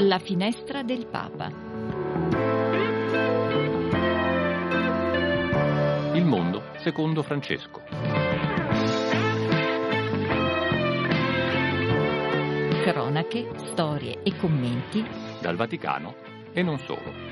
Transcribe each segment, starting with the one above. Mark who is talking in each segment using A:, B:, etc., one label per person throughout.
A: La finestra del Papa.
B: Il mondo secondo Francesco.
A: Cronache, storie e commenti
B: Dal Vaticano e non solo.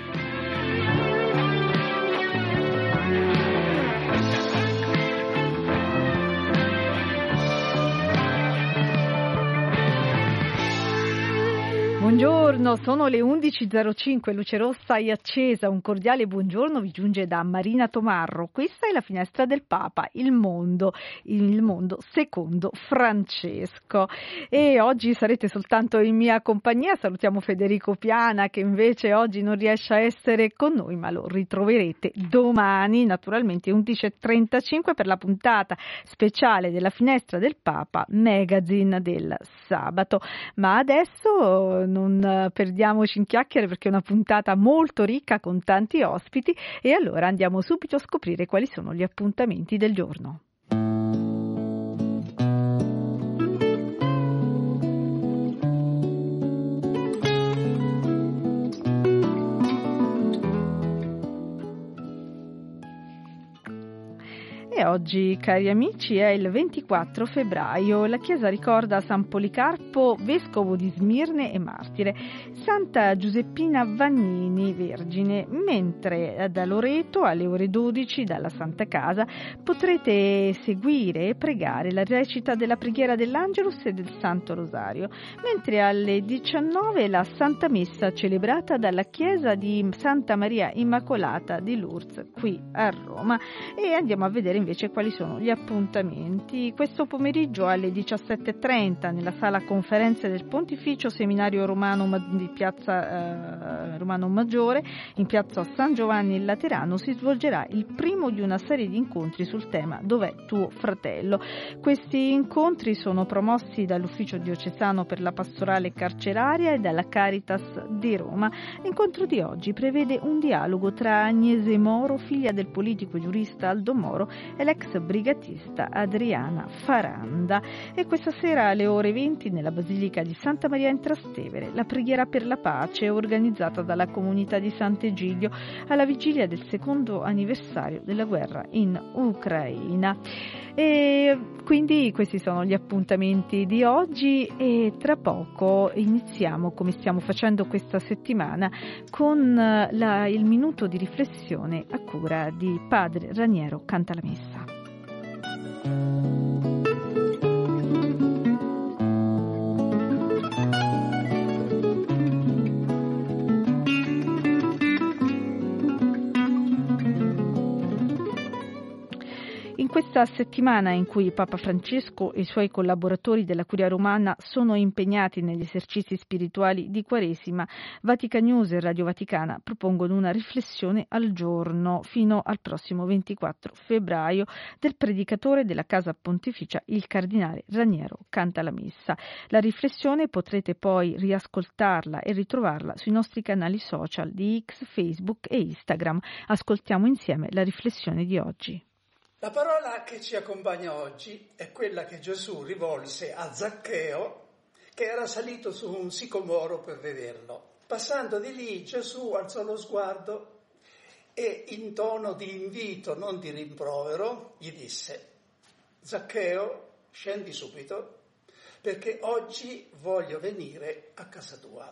C: Buongiorno, sono le 11.05, luce rossa è accesa, un cordiale buongiorno vi giunge da Marina Tomarro. Questa è la finestra del Papa, il mondo secondo Francesco. E oggi sarete soltanto in mia compagnia, salutiamo Federico Piana che invece oggi non riesce a essere con noi, ma lo ritroverete domani, naturalmente 11.35 per la puntata speciale della finestra del Papa, magazine del sabato. Ma adesso non perdiamoci in chiacchiere perché è una puntata molto ricca con tanti ospiti e allora andiamo subito a scoprire quali sono gli appuntamenti del giorno. E oggi, cari amici, è il 24 febbraio. La Chiesa ricorda San Policarpo, vescovo di Smirne e martire, Santa Giuseppina Vannini, vergine, mentre da Loreto alle ore 12 dalla Santa Casa potrete seguire e pregare la recita della preghiera dell'Angelus e del Santo Rosario, mentre alle 19 la Santa Messa celebrata dalla Chiesa di Santa Maria Immacolata di Lourdes qui a Roma. E andiamo a vedere invece quali sono gli appuntamenti. Questo pomeriggio alle 17.30 nella sala conferenze del Pontificio Seminario Romano di Piazza Romano Maggiore in piazza San Giovanni in Laterano si svolgerà il primo di una serie di incontri sul tema Dov'è tuo fratello? Questi incontri sono promossi dall'Ufficio Diocesano per la Pastorale Carceraria e dalla Caritas di Roma. L'incontro di oggi prevede un dialogo tra Agnese Moro, figlia del politico e giurista Aldo Moro, e l'ex brigatista Adriana Faranda. E questa sera alle ore 20 nella Basilica di Santa Maria in Trastevere la preghiera per la pace organizzata dalla comunità di Sant'Egidio alla vigilia del secondo anniversario della guerra in Ucraina. E quindi questi sono gli appuntamenti di oggi e tra poco iniziamo, come stiamo facendo questa settimana, con il minuto di riflessione a cura di Padre Raniero Cantalamessa. Questa settimana in cui Papa Francesco e i suoi collaboratori della Curia Romana sono impegnati negli esercizi spirituali di Quaresima, Vatican News e Radio Vaticana propongono una riflessione al giorno fino al prossimo 24 febbraio del predicatore della Casa Pontificia, il Cardinale Raniero Cantalamessa. La riflessione potrete poi riascoltarla e ritrovarla sui nostri canali social di X, Facebook e Instagram. Ascoltiamo insieme la riflessione di oggi.
D: La parola che ci accompagna oggi è quella che Gesù rivolse a Zaccheo, che era salito su un sicomoro per vederlo. Passando di lì, Gesù alzò lo sguardo e in tono di invito, non di rimprovero, gli disse: Zaccheo, scendi subito, perché oggi voglio venire a casa tua.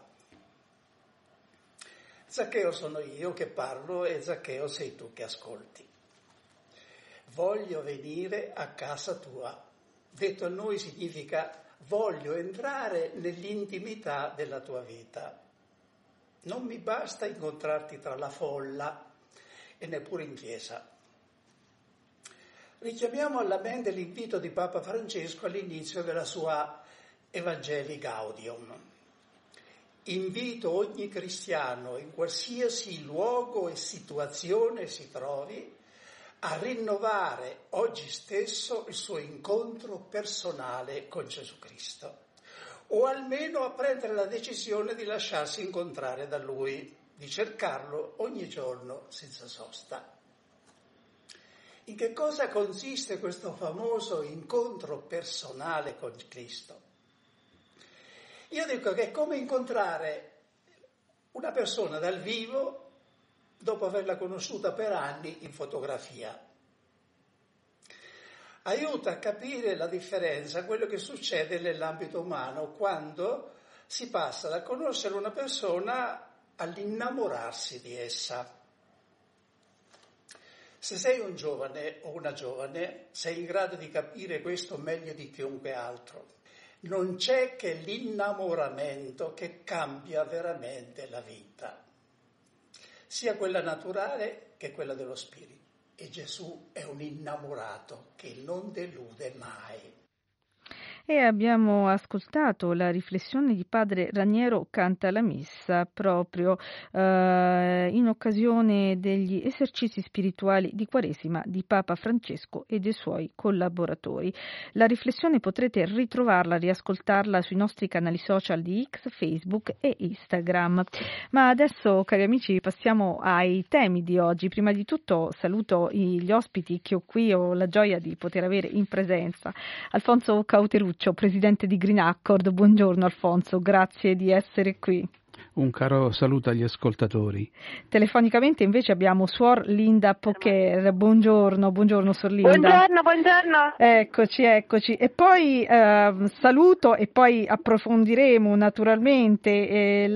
D: Zaccheo sono io che parlo e Zaccheo sei tu che ascolti. Voglio venire a casa tua. Detto a noi significa voglio entrare nell'intimità della tua vita. Non mi basta incontrarti tra la folla e neppure in chiesa. Richiamiamo alla mente l'invito di Papa Francesco all'inizio della sua Evangelii Gaudium. Invito ogni cristiano, in qualsiasi luogo e situazione si trovi, a rinnovare oggi stesso il suo incontro personale con Gesù Cristo, o almeno a prendere la decisione di lasciarsi incontrare da Lui, di cercarlo ogni giorno senza sosta. In che cosa consiste questo famoso incontro personale con Cristo? Io dico che è come incontrare una persona dal vivo dopo averla conosciuta per anni in fotografia. Aiuta a capire la differenza, quello che succede nell'ambito umano quando si passa da conoscere una persona all'innamorarsi di essa. Se sei un giovane o una giovane, sei in grado di capire questo meglio di chiunque altro. Non c'è che l'innamoramento che cambia veramente la vita, sia quella naturale che quella dello spirito. E Gesù è un innamorato che non delude mai.
C: E abbiamo ascoltato la riflessione di padre Raniero Cantalamessa proprio in occasione degli esercizi spirituali di Quaresima di Papa Francesco e dei suoi collaboratori. La riflessione potrete ritrovarla, riascoltarla sui nostri canali social di X, Facebook e Instagram. Ma adesso, cari amici, passiamo ai temi di oggi. Prima di tutto saluto gli ospiti che ho la gioia di poter avere in presenza. Alfonso Cauterucci, presidente di Green Accord. Buongiorno Alfonso, grazie di essere qui.
E: Un caro saluto agli ascoltatori.
C: Telefonicamente invece abbiamo Suor Linda Pocher. Buongiorno Suor Linda.
F: Buongiorno.
C: Eccoci. E poi saluto e poi approfondiremo naturalmente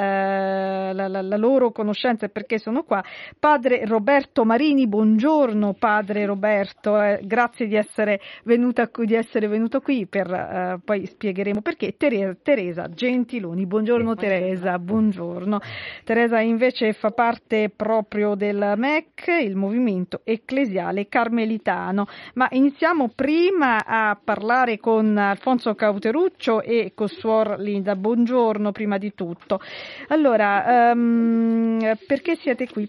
C: la loro conoscenza e perché sono qua. Padre Roberto Marini, buongiorno Padre Roberto, grazie di essere venuto qui per poi spiegheremo perché. Teresa Gentiloni, buongiorno Teresa. Buongiorno. Teresa invece fa parte proprio del MEC, il Movimento Ecclesiale Carmelitano. Ma iniziamo prima a parlare con Alfonso Cauteruccio e con Suor Linda. Buongiorno prima di tutto. Allora, perché siete qui?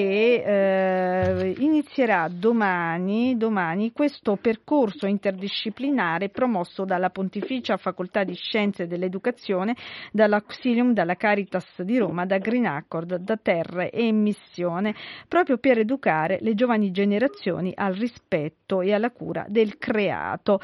C: Perché inizierà domani questo percorso interdisciplinare promosso dalla Pontificia Facoltà di Scienze dell'Educazione, dall'Auxilium, dalla Caritas di Roma, da Green Accord, da Terre e Missione, proprio per educare le giovani generazioni al rispetto e alla cura del creato.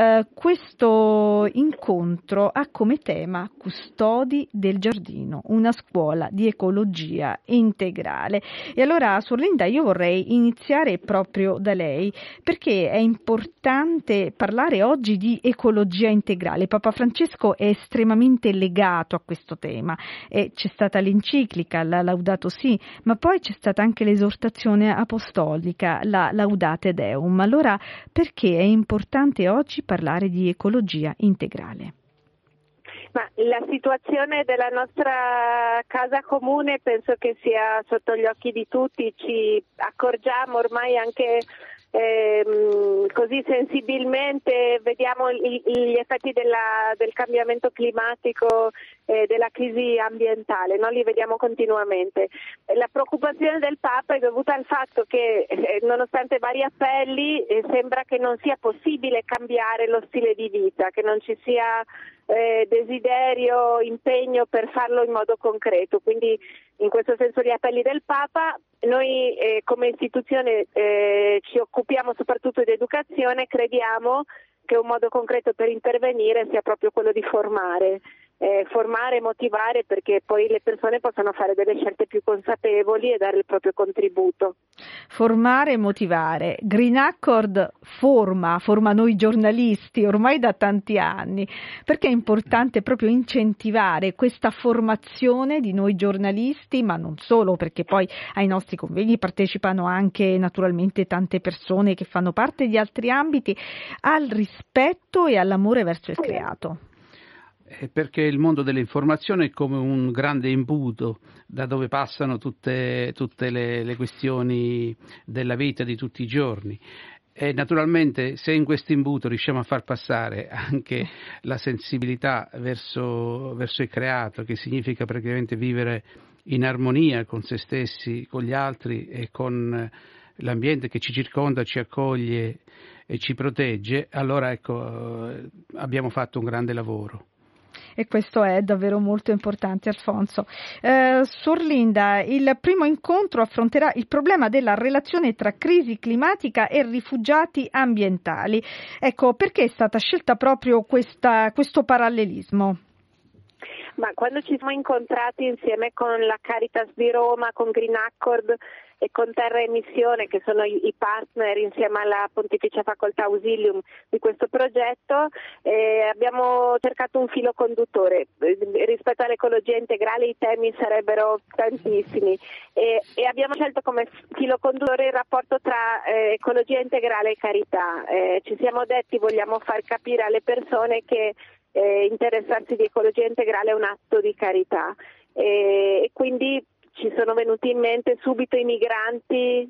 C: Questo incontro ha come tema Custodi del giardino, una scuola di ecologia integrale. E allora, Suor Linda, io vorrei iniziare proprio da lei, perché è importante parlare oggi di ecologia integrale. Papa Francesco è estremamente legato a questo tema. C'è stata l'enciclica, la Laudato Si, ma poi c'è stata anche l'esortazione apostolica, la Laudate Deum. Allora, perché è importante oggi parlare di ecologia integrale?
F: Ma la situazione della nostra casa comune penso che sia sotto gli occhi di tutti, ci accorgiamo ormai anche così sensibilmente, vediamo gli effetti del cambiamento climatico, della crisi ambientale, no? Li vediamo continuamente. La preoccupazione del Papa è dovuta al fatto che nonostante vari appelli sembra che non sia possibile cambiare lo stile di vita, che non ci sia desiderio, impegno per farlo in modo concreto. Quindi in questo senso gli appelli del Papa, noi come istituzione ci occupiamo soprattutto di educazione, crediamo che un modo concreto per intervenire sia proprio quello di formare e motivare, perché poi le persone possano fare delle scelte più consapevoli e dare il proprio contributo.
C: Formare e motivare. Green Accord forma noi giornalisti ormai da tanti anni, perché è importante proprio incentivare questa formazione di noi giornalisti, ma non solo, perché poi ai nostri convegni partecipano anche naturalmente tante persone che fanno parte di altri ambiti, al rispetto e all'amore verso il creato.
E: Perché il mondo dell'informazione è come un grande imbuto da dove passano tutte le questioni della vita di tutti i giorni. E naturalmente se in questo imbuto riusciamo a far passare anche la sensibilità verso il creato, che significa praticamente vivere in armonia con se stessi, con gli altri e con l'ambiente che ci circonda, ci accoglie e ci protegge, allora abbiamo fatto un grande lavoro.
C: E questo è davvero molto importante, Alfonso. Suor Linda, il primo incontro affronterà il problema della relazione tra crisi climatica e rifugiati ambientali. Ecco, perché è stata scelta proprio questo parallelismo?
F: Ma quando ci siamo incontrati insieme con la Caritas di Roma, con Green Accord e con Terra e Missione, che sono i partner insieme alla Pontificia Facoltà Ausilium di questo progetto, abbiamo cercato un filo conduttore. Rispetto all'ecologia integrale i temi sarebbero tantissimi e abbiamo scelto come filo conduttore il rapporto tra ecologia integrale e carità. Ci siamo detti, vogliamo far capire alle persone che interessarsi di ecologia integrale è un atto di carità e quindi ci sono venuti in mente subito i migranti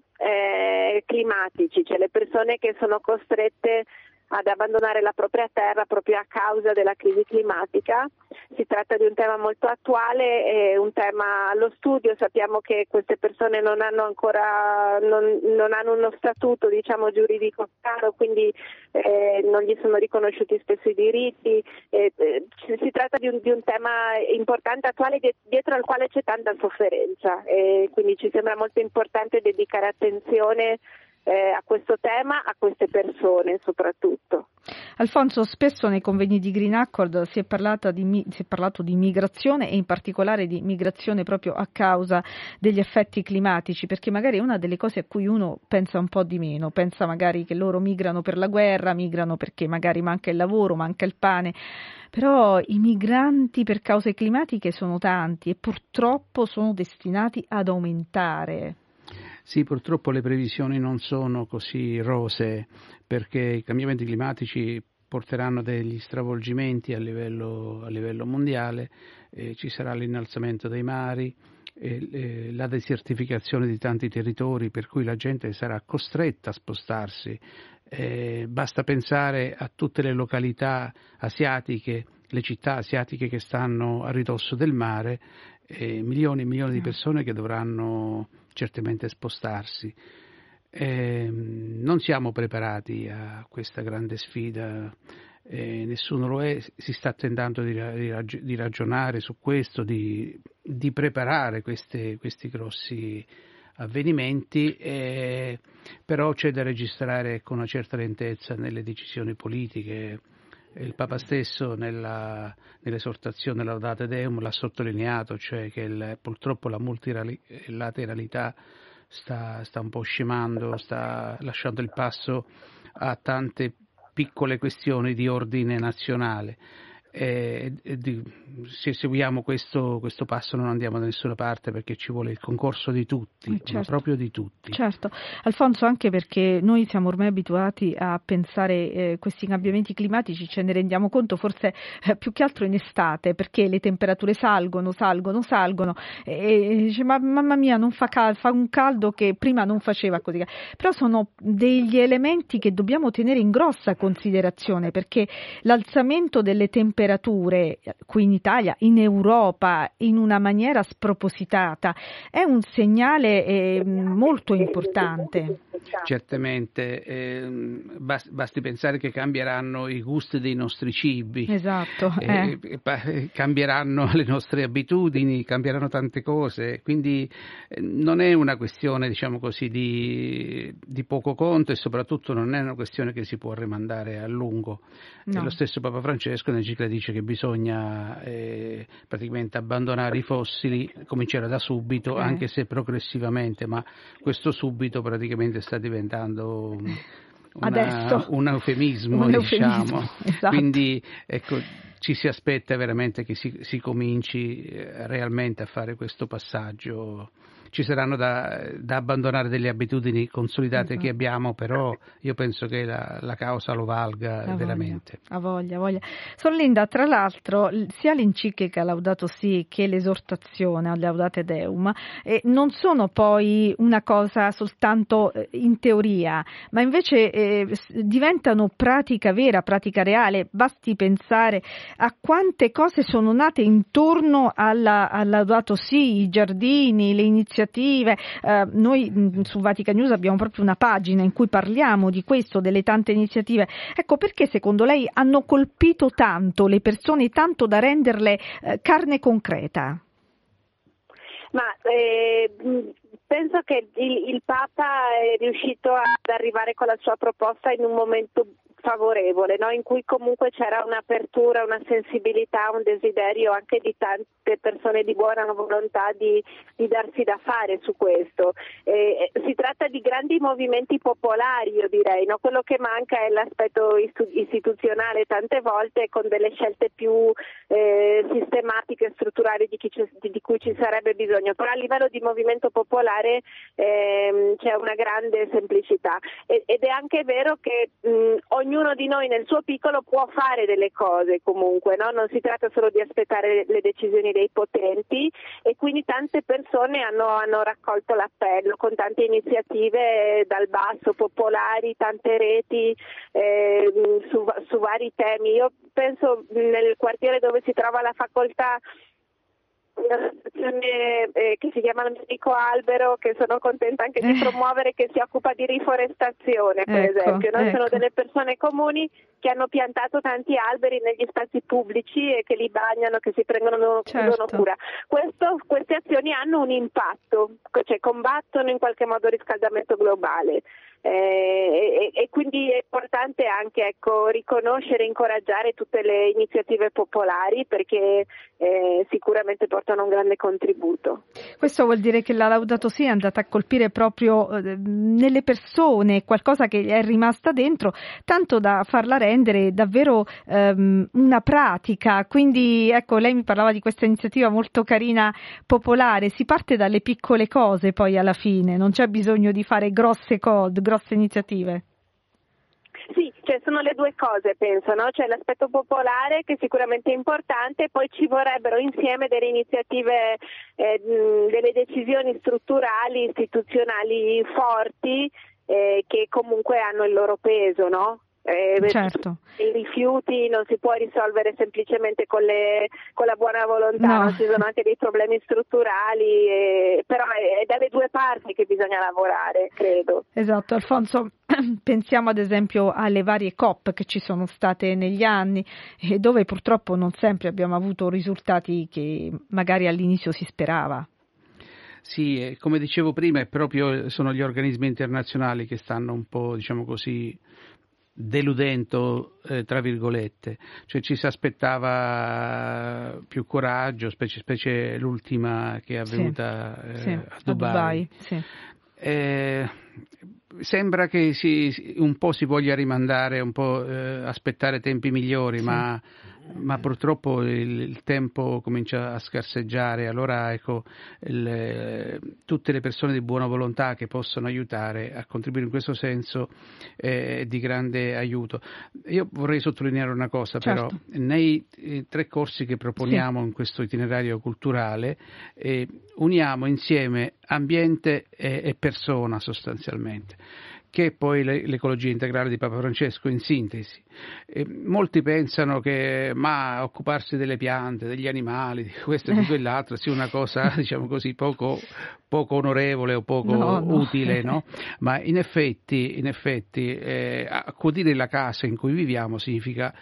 F: climatici, cioè le persone che sono costrette ad abbandonare la propria terra proprio a causa della crisi climatica. Si tratta di un tema molto attuale, un tema allo studio. Sappiamo che queste persone non hanno ancora non hanno uno statuto, diciamo, giuridico chiaro, quindi non gli sono riconosciuti spesso i diritti. Si tratta di un tema importante, attuale, dietro al quale c'è tanta sofferenza, quindi ci sembra molto importante dedicare attenzione a questo tema, a queste persone soprattutto.
C: Alfonso, spesso nei convegni di Green Accord si è parlato di migrazione e in particolare di migrazione proprio a causa degli effetti climatici, perché magari è una delle cose a cui uno pensa un po' di meno, pensa magari che loro migrano per la guerra, migrano perché magari manca il lavoro, manca il pane, però i migranti per cause climatiche sono tanti e purtroppo sono destinati ad aumentare.
E: Sì, purtroppo le previsioni non sono così rosee perché i cambiamenti climatici porteranno degli stravolgimenti a livello mondiale, ci sarà l'innalzamento dei mari, la desertificazione di tanti territori per cui la gente sarà costretta a spostarsi. Basta pensare a tutte le località asiatiche, le città asiatiche che stanno a ridosso del mare, milioni e milioni di persone che dovranno certamente spostarsi. Non siamo preparati a questa grande sfida, nessuno lo è, si sta tentando di ragionare su questo, di preparare questi grossi avvenimenti, però c'è da registrare con una certa lentezza nelle decisioni politiche. Il Papa stesso nell'esortazione Laudate Deum l'ha sottolineato, cioè che purtroppo la multilateralità sta un po' scemando, sta lasciando il passo a tante piccole questioni di ordine nazionale. Se seguiamo questo passo non andiamo da nessuna parte perché ci vuole il concorso di tutti,
C: certo,
E: ma proprio di tutti.
C: Certo, Alfonso, anche perché noi siamo ormai abituati a pensare questi cambiamenti climatici, ce ne rendiamo conto forse più che altro in estate, perché le temperature salgono e dice mamma mia, non fa un caldo che prima non faceva così, però sono degli elementi che dobbiamo tenere in grossa considerazione perché l'alzamento delle temperature qui in Italia, in Europa, in una maniera spropositata, è un segnale molto importante.
E: Certamente, basti pensare che cambieranno i gusti dei nostri cibi,
C: esatto,
E: cambieranno le nostre abitudini, cambieranno tante cose, quindi non è una questione, diciamo così, di poco conto e soprattutto non è una questione che si può rimandare a lungo.
C: No.
E: Lo stesso Papa Francesco nell'enciclica dice che bisogna praticamente abbandonare i fossili, cominciare da subito, anche se progressivamente, ma questo subito praticamente sta diventando un eufemismo, diciamo.
C: Esatto.
E: Quindi ecco, ci si aspetta veramente che si cominci realmente a fare questo passaggio. Ci saranno da abbandonare delle abitudini consolidate che abbiamo, però io penso che la causa lo valga veramente.
C: Ha voglia. Sor Linda, tra l'altro, sia l'enciclica Laudato Si che l'esortazione a Laudate Deum non sono poi una cosa soltanto in teoria, ma invece diventano pratica vera, pratica reale. Basti pensare a quante cose sono nate intorno al Laudato Si, i giardini, le iniziative. Noi su Vatican News abbiamo proprio una pagina in cui parliamo di questo, delle tante iniziative. Ecco, perché secondo lei hanno colpito tanto le persone, tanto da renderle carne concreta?
F: Ma penso che il Papa è riuscito ad arrivare con la sua proposta in un momento favorevole, no? In cui comunque c'era un'apertura, una sensibilità, un desiderio anche di tante persone di buona volontà di darsi da fare su questo. Si tratta di grandi movimenti popolari, io direi, no? Quello che manca è l'aspetto istituzionale tante volte, con delle scelte più sistematiche e strutturali di cui ci sarebbe bisogno, però a livello di movimento popolare c'è una grande semplicità ed è anche vero che ognuno di noi nel suo piccolo può fare delle cose comunque, no? Non si tratta solo di aspettare le decisioni dei potenti, e quindi tante persone hanno raccolto l'appello con tante iniziative dal basso, popolari, tante reti su vari temi. Io penso nel quartiere dove si trova la facoltà, un'associazione che si chiama Il Medico Albero, che sono contenta anche di promuovere, che si occupa di riforestazione, per esempio. Sono delle persone comuni che hanno piantato tanti alberi negli spazi pubblici e che li bagnano, che si prendono cura. Queste azioni hanno un impatto, cioè combattono in qualche modo il riscaldamento globale. E quindi è importante anche riconoscere e incoraggiare tutte le iniziative popolari, perché sicuramente portano un grande contributo.
C: Questo vuol dire che la Laudato Si è andata a colpire proprio nelle persone qualcosa che è rimasta dentro, tanto da farla rendere davvero una pratica. Quindi lei mi parlava di questa iniziativa molto carina, popolare. Si parte dalle piccole cose, poi alla fine non c'è bisogno di fare grosse iniziative.
F: Sì, sono le due cose, penso, no? C'è l'aspetto popolare, che sicuramente è importante, poi ci vorrebbero insieme delle iniziative, delle decisioni strutturali, istituzionali forti, che comunque hanno il loro peso, no?
C: Certo.
F: I rifiuti non si può risolvere semplicemente con la buona volontà, no. Ci sono anche dei problemi strutturali, però è dalle due parti che bisogna lavorare, credo.
C: Esatto, Alfonso, pensiamo ad esempio alle varie COP che ci sono state negli anni, dove purtroppo non sempre abbiamo avuto risultati che magari all'inizio si sperava.
E: Sì, come dicevo prima, sono gli organismi internazionali che stanno un po', diciamo così, deludendo, tra virgolette, cioè ci si aspettava più coraggio, specie l'ultima che è avvenuta a Dubai. Sì. Sembra che un po' si voglia rimandare, un po' aspettare tempi migliori, sì. ma purtroppo il tempo comincia a scarseggiare, allora tutte le persone di buona volontà che possono aiutare a contribuire in questo senso è di grande aiuto. Io vorrei sottolineare una cosa, certo. Però nei 3 corsi che proponiamo in questo itinerario culturale uniamo insieme ambiente e persona sostanzialmente, che è poi l'ecologia integrale di Papa Francesco in sintesi. Molti pensano che occuparsi delle piante, degli animali, di questo e di quell'altro sia una cosa, diciamo così, poco onorevole o poco utile, no? Ma in effetti accudire la casa in cui viviamo significa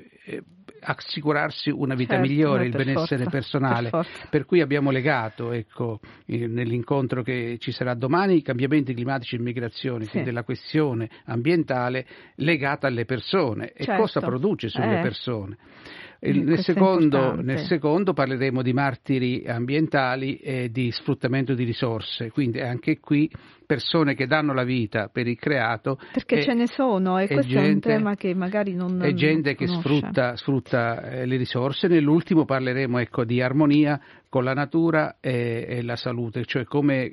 E: assicurarsi una vita migliore, il benessere personale, per cui abbiamo legato nell'incontro che ci sarà domani i cambiamenti climatici e migrazioni, quindi la questione ambientale legata alle persone e cosa produce sulle persone. Nel secondo parleremo di martiri ambientali e di sfruttamento di risorse, quindi anche qui persone che danno la vita per il creato. Perché
C: ce ne sono, e questo è un tema che magari non
E: è gente che sfrutta le risorse. Nell'ultimo parleremo di armonia con la natura e la salute, cioè come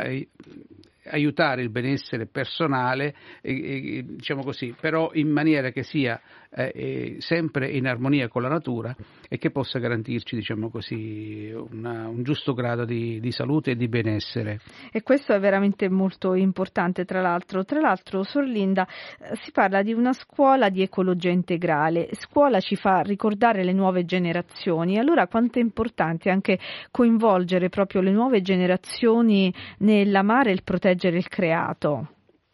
E: aiutare il benessere personale, diciamo così, però in maniera che sia sempre in armonia con la natura e che possa garantirci, diciamo così, un giusto grado di salute e di benessere.
C: E questo è veramente molto importante. Tra l'altro, Sor Linda, si parla di una scuola di ecologia integrale. Scuola ci fa ricordare le nuove generazioni, allora quanto è importante anche coinvolgere proprio le nuove generazioni nell'amare e il proteggere il creato.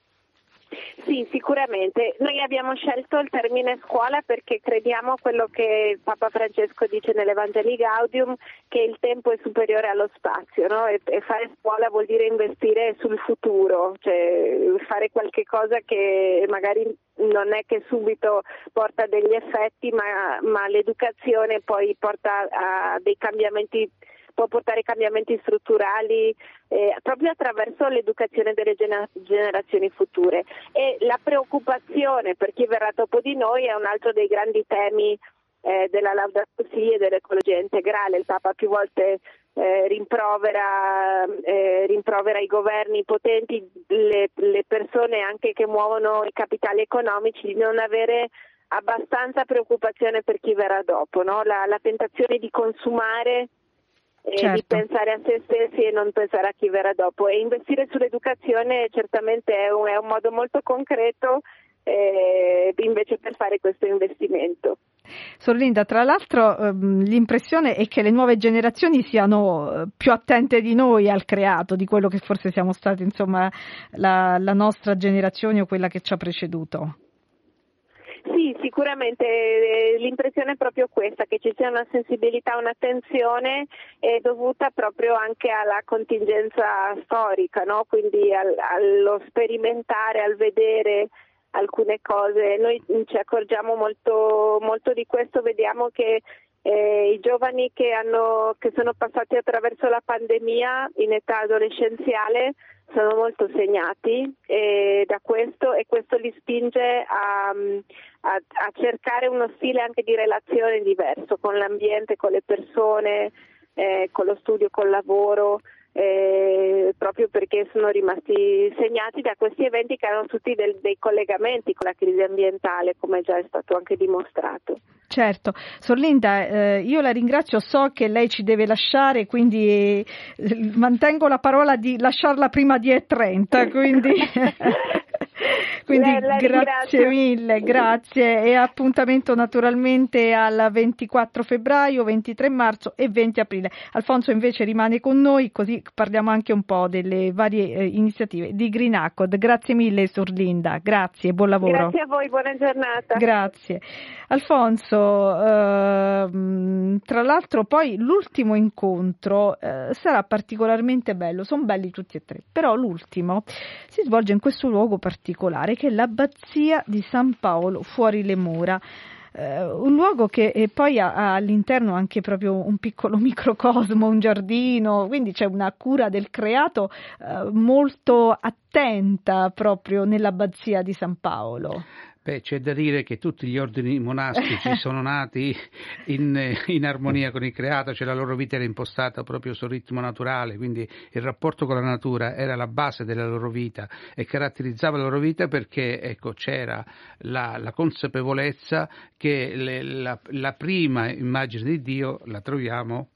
F: Sì, sicuramente. Noi abbiamo scelto il termine scuola perché crediamo quello che Papa Francesco dice nell'Evangelii Gaudium, che il tempo è superiore allo spazio, no? E fare scuola vuol dire investire sul futuro, cioè fare qualche cosa che magari non è che subito porta degli effetti, ma l'educazione poi porta a dei cambiamenti, può portare cambiamenti strutturali proprio attraverso l'educazione delle generazioni future. E la preoccupazione per chi verrà dopo di noi è un altro dei grandi temi della Laudato Si e dell'ecologia integrale. Il Papa più volte rimprovera i governi potenti, le persone anche che muovono i capitali economici, di non avere abbastanza preoccupazione per chi verrà dopo, no? La tentazione di consumare e
C: certo.
F: di pensare a se stessi e non pensare a chi verrà dopo, e investire sull'educazione certamente è un modo molto concreto invece per fare questo investimento.
C: Sor Linda, tra l'altro l'impressione è che le nuove generazioni siano più attente di noi al creato, di quello che forse siamo stati, insomma, la nostra generazione o quella che ci ha preceduto.
F: Sì, sicuramente l'impressione è proprio questa, che ci sia una sensibilità, un'attenzione dovuta proprio anche alla contingenza storica, no? Quindi allo sperimentare, al vedere alcune cose. Noi ci accorgiamo molto di questo, vediamo che i giovani che sono passati attraverso la pandemia in età adolescenziale sono molto segnati da questo, e questo li spinge a cercare uno stile anche di relazione diverso con l'ambiente, con le persone, con lo studio, col lavoro, proprio perché sono rimasti segnati da questi eventi che hanno tutti dei collegamenti con la crisi ambientale, come già è stato anche dimostrato.
C: Certo. Sor Linda, io la ringrazio, so che lei ci deve lasciare, quindi mantengo la parola di lasciarla prima di 10:30, quindi... Quindi grazie mille, grazie, e appuntamento naturalmente al 24 febbraio, 23 marzo e 20 aprile. Alfonso invece rimane con noi, così parliamo anche un po' delle varie iniziative di Green Accord. Grazie mille Sor Linda, grazie, buon lavoro.
F: Grazie a voi, buona giornata.
C: Grazie. Alfonso, tra l'altro poi l'ultimo incontro sarà particolarmente bello, sono belli tutti e tre, però l'ultimo si svolge in questo luogo particolare che è l'abbazia di San Paolo fuori le mura. Un luogo che poi ha all'interno anche proprio un piccolo microcosmo, un giardino, quindi c'è una cura del creato molto attenta proprio nell'abbazia di San Paolo.
E: Beh, c'è da dire che tutti gli ordini monastici sono nati in armonia con il creato, cioè la loro vita era impostata proprio sul ritmo naturale, quindi il rapporto con la natura era la base della loro vita e caratterizzava la loro vita perché c'era la consapevolezza che la prima immagine di Dio la troviamo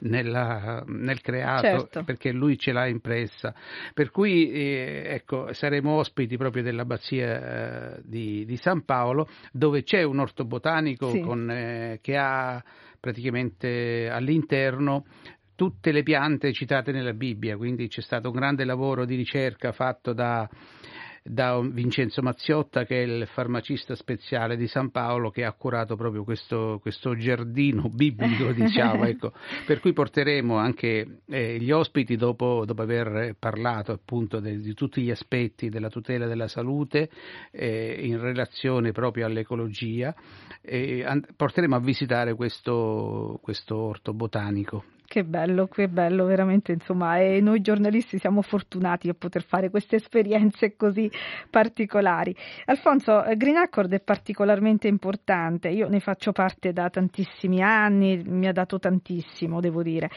E: nel creato,
C: certo.
E: Perché lui ce l'ha impressa, per cui saremo ospiti proprio dell'abbazia di San Paolo, dove c'è un orto botanico
C: sì.
E: Che ha praticamente all'interno tutte le piante citate nella Bibbia, quindi c'è stato un grande lavoro di ricerca fatto da Vincenzo Mazziotta, che è il farmacista speziale di San Paolo, che ha curato proprio questo giardino biblico, diciamo, per cui porteremo anche gli ospiti dopo aver parlato appunto di tutti gli aspetti della tutela della salute in relazione proprio all'ecologia, porteremo a visitare questo orto botanico.
C: Che bello, veramente, insomma, e noi giornalisti siamo fortunati a poter fare queste esperienze così particolari. Alfonso, Green Accord è particolarmente importante, io ne faccio parte da tantissimi anni, mi ha dato tantissimo, devo dire,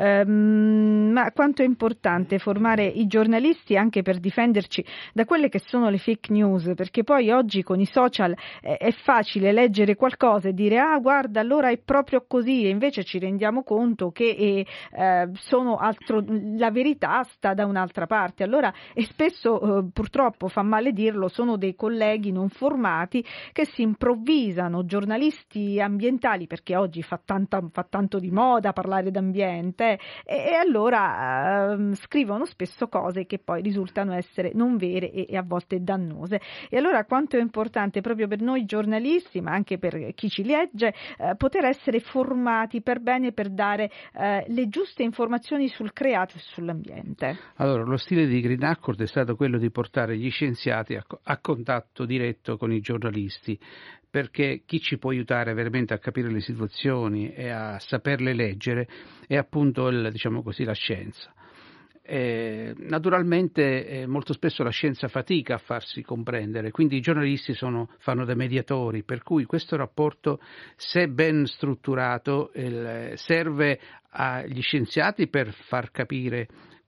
C: ma quanto è importante formare i giornalisti anche per difenderci da quelle che sono le fake news, perché poi oggi con i social è facile leggere qualcosa e dire guarda, allora è proprio così, e invece ci rendiamo conto che sono la verità sta da un'altra parte. Allora, e spesso purtroppo fa male dirlo, sono dei colleghi non formati che si improvvisano giornalisti ambientali, perché oggi fa tanto di moda parlare d'ambiente, e allora scrivono spesso cose che poi risultano essere non vere e a volte dannose. E allora quanto è importante proprio per noi giornalisti, ma anche per chi ci legge, poter essere formati per bene, per dare le giuste informazioni sul creato e sull'ambiente?
E: Allora, lo stile di Green Accord è stato quello di portare gli scienziati a contatto diretto con i giornalisti, perché chi ci può aiutare veramente a capire le situazioni e a saperle leggere è appunto diciamo così, la scienza. Naturalmente molto spesso la scienza fatica a farsi comprendere, quindi i giornalisti fanno da mediatori, per cui questo rapporto, se ben strutturato, serve agli scienziati per far capire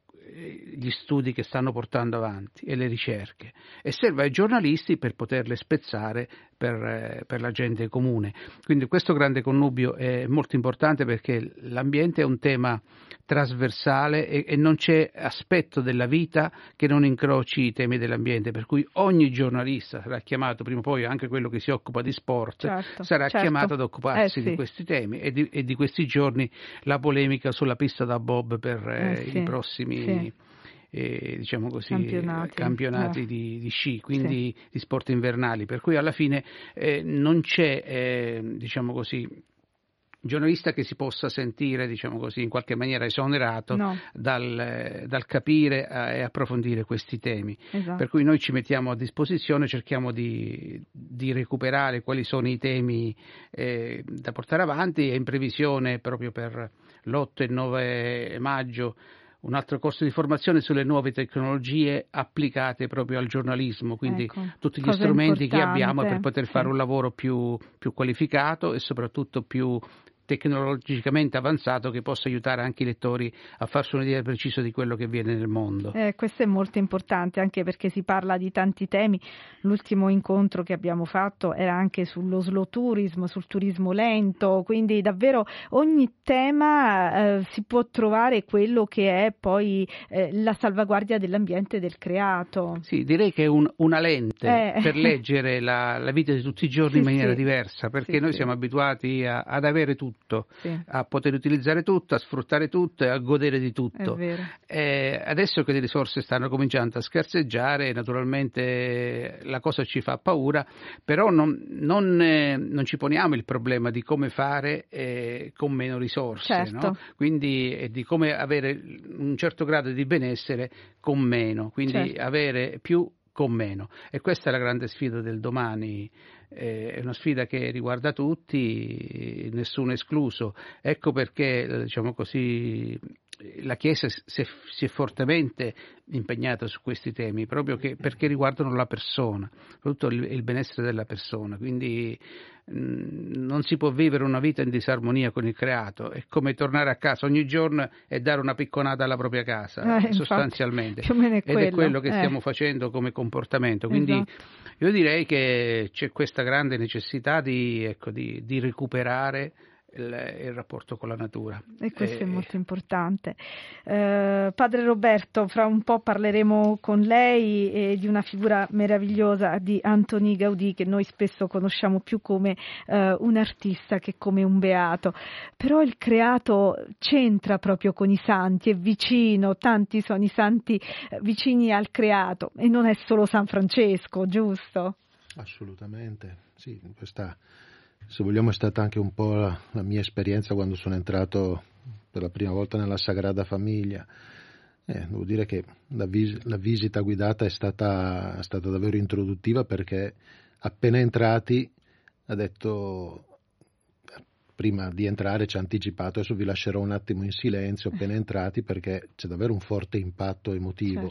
E: gli studi che stanno portando avanti e le ricerche, e serve ai giornalisti per poterle spezzare per la gente comune. Quindi questo grande connubio è molto importante, perché l'ambiente è un tema trasversale e non c'è aspetto della vita che non incroci i temi dell'ambiente, per cui ogni giornalista sarà chiamato prima o poi, anche quello che si occupa di sport, sarà chiamato ad occuparsi di questi temi e di questi giorni la polemica sulla pista da bob per i prossimi diciamo così, campionati di sci, quindi di sport invernali, per cui alla fine non c'è diciamo così giornalista che si possa sentire, diciamo così, in qualche maniera esonerato dal capire e approfondire questi temi. Esatto. Per cui noi ci mettiamo a disposizione, cerchiamo di recuperare quali sono i temi da portare avanti, e in previsione proprio per l'8 e 9 maggio un altro corso di formazione sulle nuove tecnologie applicate proprio al giornalismo, quindi tutti gli strumenti che abbiamo per poter fare un lavoro più qualificato e soprattutto più tecnologicamente avanzato, che possa aiutare anche i lettori a farsi un'idea precisa di quello che avviene nel mondo.
C: Questo è molto importante, anche perché si parla di tanti temi. L'ultimo incontro che abbiamo fatto era anche sullo slow tourism, sul turismo lento, quindi davvero ogni tema si può trovare quello che è poi la salvaguardia dell'ambiente e del creato.
E: Sì, direi che è una lente per leggere la vita di tutti i giorni in maniera diversa, perché noi siamo abituati ad avere tutto. A poter utilizzare tutto, a sfruttare tutto e a godere di tutto. Adesso che le risorse stanno cominciando a scarseggiare, naturalmente la cosa ci fa paura, però non ci poniamo il problema di come fare con meno risorse, no? Quindi di come avere un certo grado di benessere con meno, quindi avere più con meno, e questa è la grande sfida del domani. È una sfida che riguarda tutti, nessuno escluso. Ecco perché, diciamo così, la Chiesa si è fortemente impegnata su questi temi, proprio perché riguardano la persona, soprattutto il benessere della persona. Quindi non si può vivere una vita in disarmonia con il creato. È come tornare a casa ogni giorno e dare una picconata alla propria casa, sostanzialmente, ed è quello che stiamo facendo come comportamento. Quindi io direi che c'è questa grande necessità di recuperare il rapporto con la natura.
C: E questo è molto importante. Padre Roberto, fra un po' parleremo con lei di una figura meravigliosa di Antoni Gaudì, che noi spesso conosciamo più come un artista che come un beato, però il creato c'entra proprio con i santi, è vicino, tanti sono i santi vicini al creato, e non è solo San Francesco, giusto?
G: Assolutamente, sì, questa, se vogliamo, è stata anche un po' la mia esperienza quando sono entrato per la prima volta nella Sagrada Famiglia. Devo dire che la visita guidata è stata davvero introduttiva, perché appena entrati ha detto, prima di entrare ci ha anticipato: adesso vi lascerò un attimo in silenzio appena entrati, perché c'è davvero un forte impatto emotivo.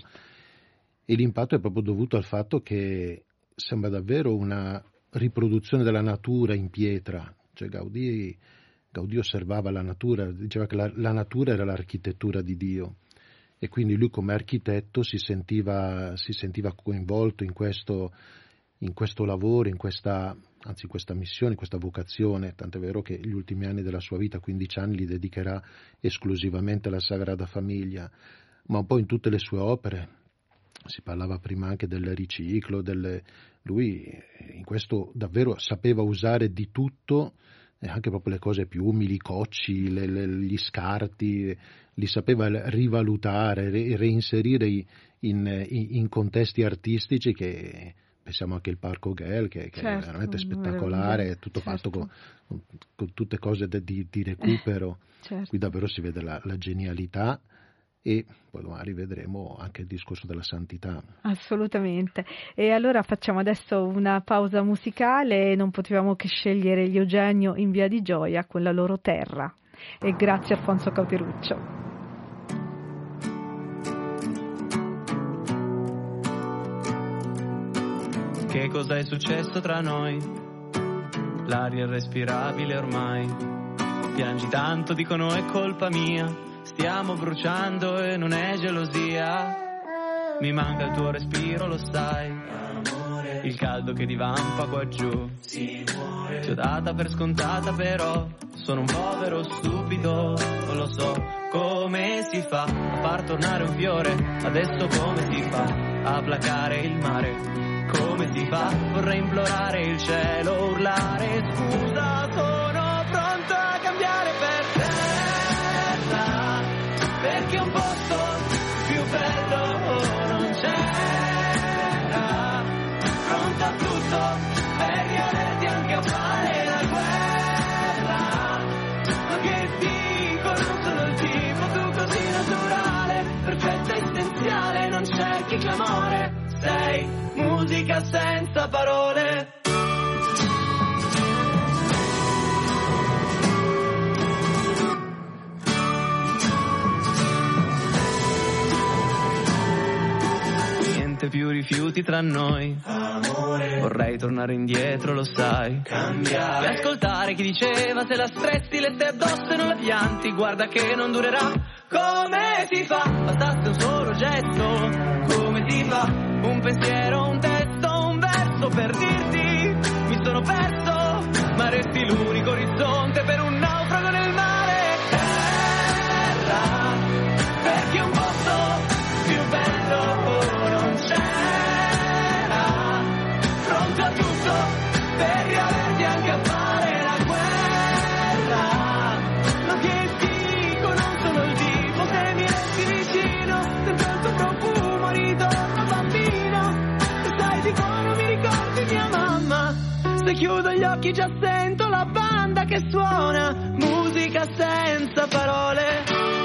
G: E l'impatto è proprio dovuto al fatto che sembra davvero una riproduzione della natura in pietra. Cioè Gaudì osservava la natura, diceva che la natura era l'architettura di Dio, e quindi lui come architetto si sentiva coinvolto in questo lavoro, in questa missione, in questa vocazione, tant'è vero che gli ultimi anni della sua vita, 15 anni, li dedicherà esclusivamente alla Sagrada Famiglia, ma un po' in tutte le sue opere. Si parlava prima anche del riciclo, lui in questo davvero sapeva usare di tutto, anche proprio le cose più umili, i cocci, gli scarti, li sapeva rivalutare, reinserire in contesti artistici che pensiamo anche al Parco Güell che
C: certo,
G: è veramente spettacolare, è tutto
C: certo.
G: fatto con tutte cose di recupero,
C: certo.
G: qui davvero si vede la genialità. E poi domani vedremo anche il discorso della santità.
C: Assolutamente. E allora facciamo adesso una pausa musicale, non potevamo che scegliere gli Eugenio in Via di Gioia con La loro terra. E grazie Alfonso Cauteruccio.
H: Che cosa è successo tra noi? L'aria è irrespirabile ormai. Piangi tanto, dicono è colpa mia. Stiamo bruciando e non è gelosia. Mi manca il tuo respiro, lo sai. Amore, il caldo che divampa qua giù. Si muore. Ti ho data per scontata però sono un povero stupido. Non lo so come si fa a far tornare un fiore. Adesso come si fa a placare il mare? Come si fa? Vorrei implorare il cielo, urlare scusa, sono pronto a cambiare per terra, perché un posto più bello non c'era, pronto a tutto per riaverti anche a fare la guerra, ma che dico, non sono il tipo, tu così naturale, perfetta essenziale, non cerchi clamore, sei musica senza parole. Niente più rifiuti tra noi. Amore, vorrei tornare indietro, lo sai. Cambiare. E ascoltare chi diceva se la stressi le stai addosso e non la pianti. Guarda che non durerà. Come si fa? Bastasse un solo gesto. Come si fa? Un pensiero, un testo, un verso per dirti mi sono perso, ma resti l'unico orizzonte per un naufrago nel mare. Terra, perché un posto più bello non c'era, pronto a tutto per riaverti anche a fare la guerra, ma che dico, non sono il tipo, se mi resti vicino, sento il tuo profumo, ritorno bambino, sai sicuro mi ricordi mia mamma, se chiudo gli occhi già sento la banda che suona, musica senza parole.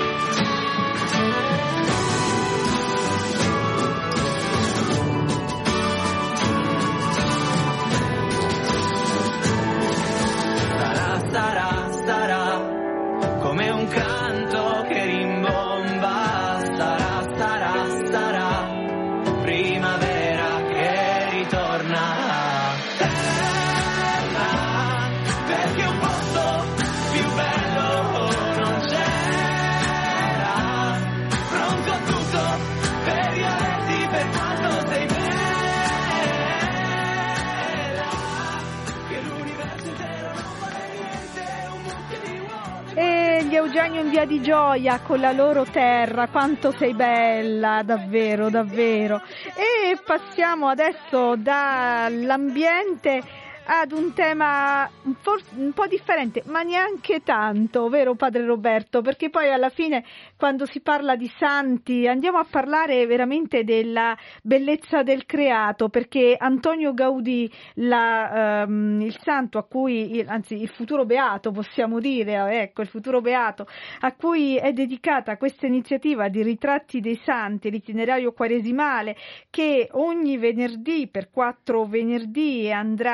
H: Sarà come un canto che rimbomba, sarà primavera che ritorna, terra, perché un posto più bello non c'era, pronto a tutto per riaverti per quanto sei bella, che l'universo intero non vale niente, un mucchio di uomini.
C: E gli Eugenio in Via di Gioia con La loro terra, quanto sei bella, davvero, davvero. E passiamo adesso dall'ambiente ad un tema un po' differente, ma neanche tanto, vero padre Roberto? Perché poi alla fine, quando si parla di santi, andiamo a parlare veramente della bellezza del creato, perché Antonio Gaudì, il santo a cui, anzi il futuro beato possiamo dire, ecco, il futuro beato, a cui è dedicata questa iniziativa di ritratti dei santi, l'itinerario quaresimale, che ogni venerdì, per 4 venerdì,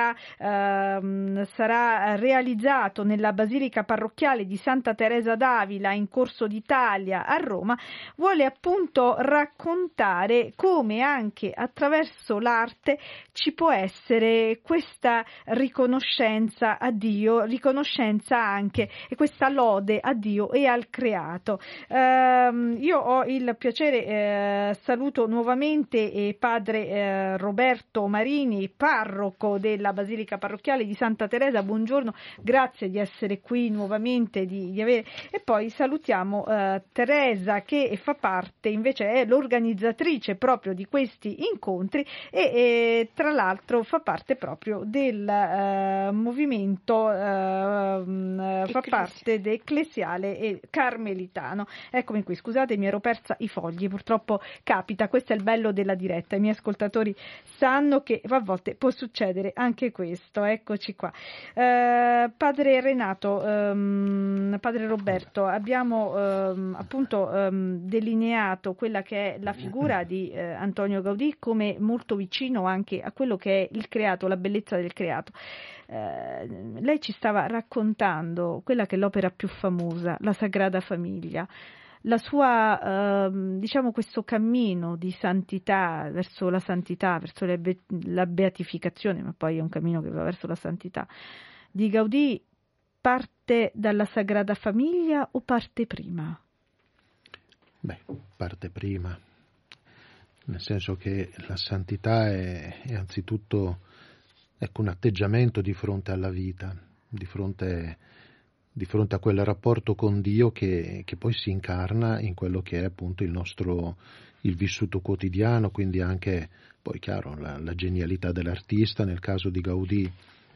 C: sarà realizzato nella Basilica Parrocchiale di Santa Teresa d'Avila in Corso d'Italia a Roma, vuole appunto raccontare come anche attraverso l'arte ci può essere questa riconoscenza a Dio, riconoscenza anche e questa lode a Dio e al creato. Io ho il piacere, saluto nuovamente padre Roberto Marini, parroco della Basilica Cattolica Parrocchiale di Santa Teresa. Buongiorno, grazie di essere qui nuovamente, e poi salutiamo Teresa, che fa parte, invece è l'organizzatrice proprio di questi incontri e tra l'altro fa parte proprio del movimento, fa parte d'Ecclesiale e Carmelitano. Eccomi qui, scusate, mi ero persa i fogli, purtroppo capita, questo è il bello della diretta, i miei ascoltatori sanno che a volte può succedere anche questo. Eccoci qua. Padre Renato, Padre Roberto, abbiamo appunto delineato quella che è la figura di Antonio Gaudì come molto vicino anche a quello che è il creato, la bellezza del creato. Lei ci stava raccontando quella che è l'opera più famosa, la Sagrada Famiglia, la sua, diciamo, questo cammino di santità, verso la beatificazione, ma poi è un cammino che va verso la santità, di Gaudì. Parte dalla Sagrada Famiglia o parte prima?
G: Beh, parte prima, nel senso che la santità è anzitutto, ecco, un atteggiamento di fronte alla vita, di fronte a quel rapporto con Dio che poi si incarna in quello che è appunto il vissuto quotidiano, quindi anche poi chiaro la genialità dell'artista nel caso di Gaudì